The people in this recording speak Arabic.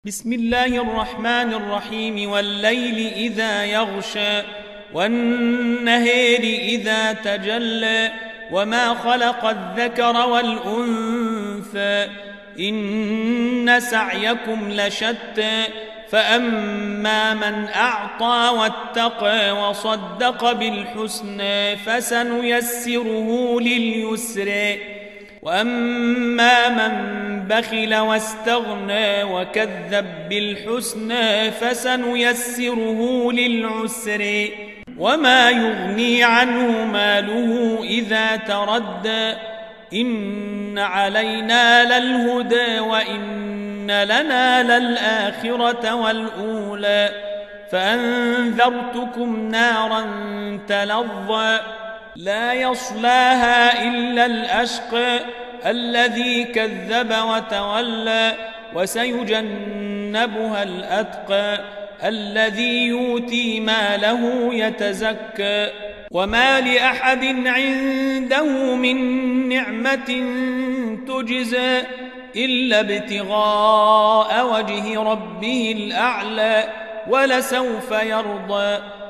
بسم الله الرحمن الرحيم والليل إذا يغشى والنهار إذا تجلى وما خلق الذكر والأنثى إن سعيكم لشتى فأما من أعطى واتقى وصدق بالحسنى فسنيسره لليسرى وأما من بخل واستغنى وكذب بالحسنى فسنيسره للعسر وما يغني عنه ماله إذا تردى إن علينا للهدى وإن لنا للآخرة والأولى فأنذرتكم نارا تلظى لا يصلاها إلا الأشقى الذي كذب وتولى وسيجنبها الأتقى الذي يؤتي ماله يتزكى وما لأحد عنده من نعمة تجزى إلا ابتغاء وجه ربه الأعلى ولسوف يرضى